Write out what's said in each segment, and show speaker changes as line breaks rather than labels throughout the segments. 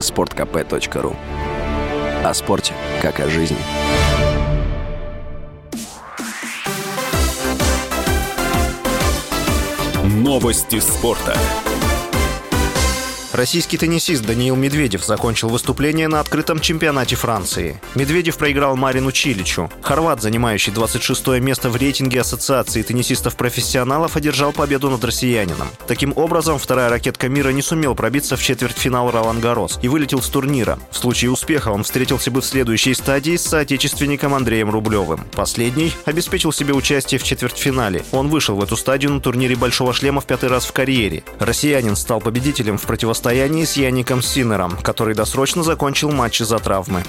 sportkp.ru. О спорте, как о жизни.
Новости спорта.
Российский теннисист Даниил Медведев закончил выступление на открытом чемпионате Франции. Медведев проиграл Марину Чиличу. Хорват, занимающий 26-е место в рейтинге Ассоциации теннисистов-профессионалов, одержал победу над россиянином. Таким образом, вторая ракетка мира не сумел пробиться в четвертьфинал Ролан-Гаррос и вылетел с турнира. В случае успеха он встретился бы в следующей стадии с соотечественником Андреем Рублевым. Последний обеспечил себе участие в четвертьфинале. Он вышел в эту стадию на турнире «Большого шлема» в 5-й раз в карьере. Россиянин стал победителем в противостоянии с Яником Синнером, который досрочно закончил матч из-за травмы.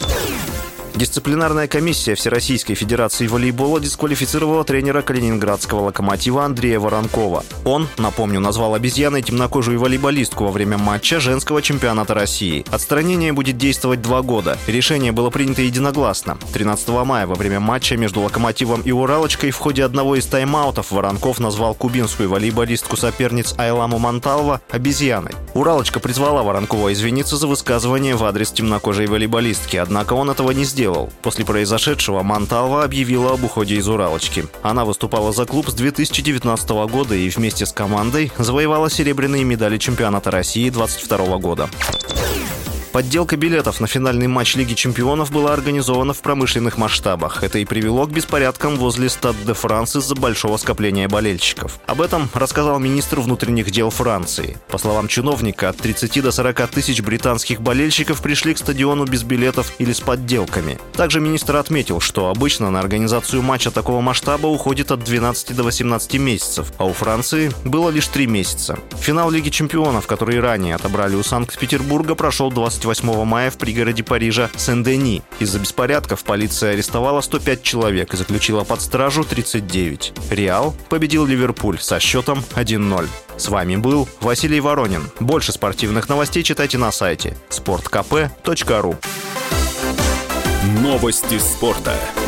Дисциплинарная комиссия Всероссийской Федерации волейбола дисквалифицировала тренера калининградского «Локомотива» Андрея Воронкова. Он, напомню, назвал обезьяной темнокожую волейболистку во время матча женского чемпионата России. Отстранение будет действовать 2 года. Решение было принято единогласно. 13 мая во время матча между «Локомотивом» и «Уралочкой» в ходе одного из тайм-аутов Воронков назвал кубинскую волейболистку соперниц Айламу Монталва обезьяной. «Уралочка» призвала Воронкова извиниться за высказывание в адрес темнокожей волейболистки, однако он этого не сделал. После произошедшего Монталва объявила об уходе из «Уралочки». Она выступала за клуб с 2019 года и вместе с командой завоевала серебряные медали чемпионата России 2022 года. Подделка билетов на финальный матч Лиги чемпионов была организована в промышленных масштабах. Это и привело к беспорядкам возле Стад де Франс из-за большого скопления болельщиков. Об этом рассказал министр внутренних дел Франции. По словам чиновника, от 30 до 40 тысяч британских болельщиков пришли к стадиону без билетов или с подделками. Также министр отметил, что обычно на организацию матча такого масштаба уходит от 12 до 18 месяцев, а у Франции было лишь 3 месяца. Финал Лиги чемпионов, который ранее отобрали у Санкт-Петербурга, прошел 28 мая в пригороде Парижа Сен-Дени. Из-за беспорядков полиция арестовала 105 человек и заключила под стражу 39. Реал победил Ливерпуль со счетом 1-0. С вами был Василий Воронин. Больше спортивных новостей читайте на сайте sportkp.ru.
Новости спорта.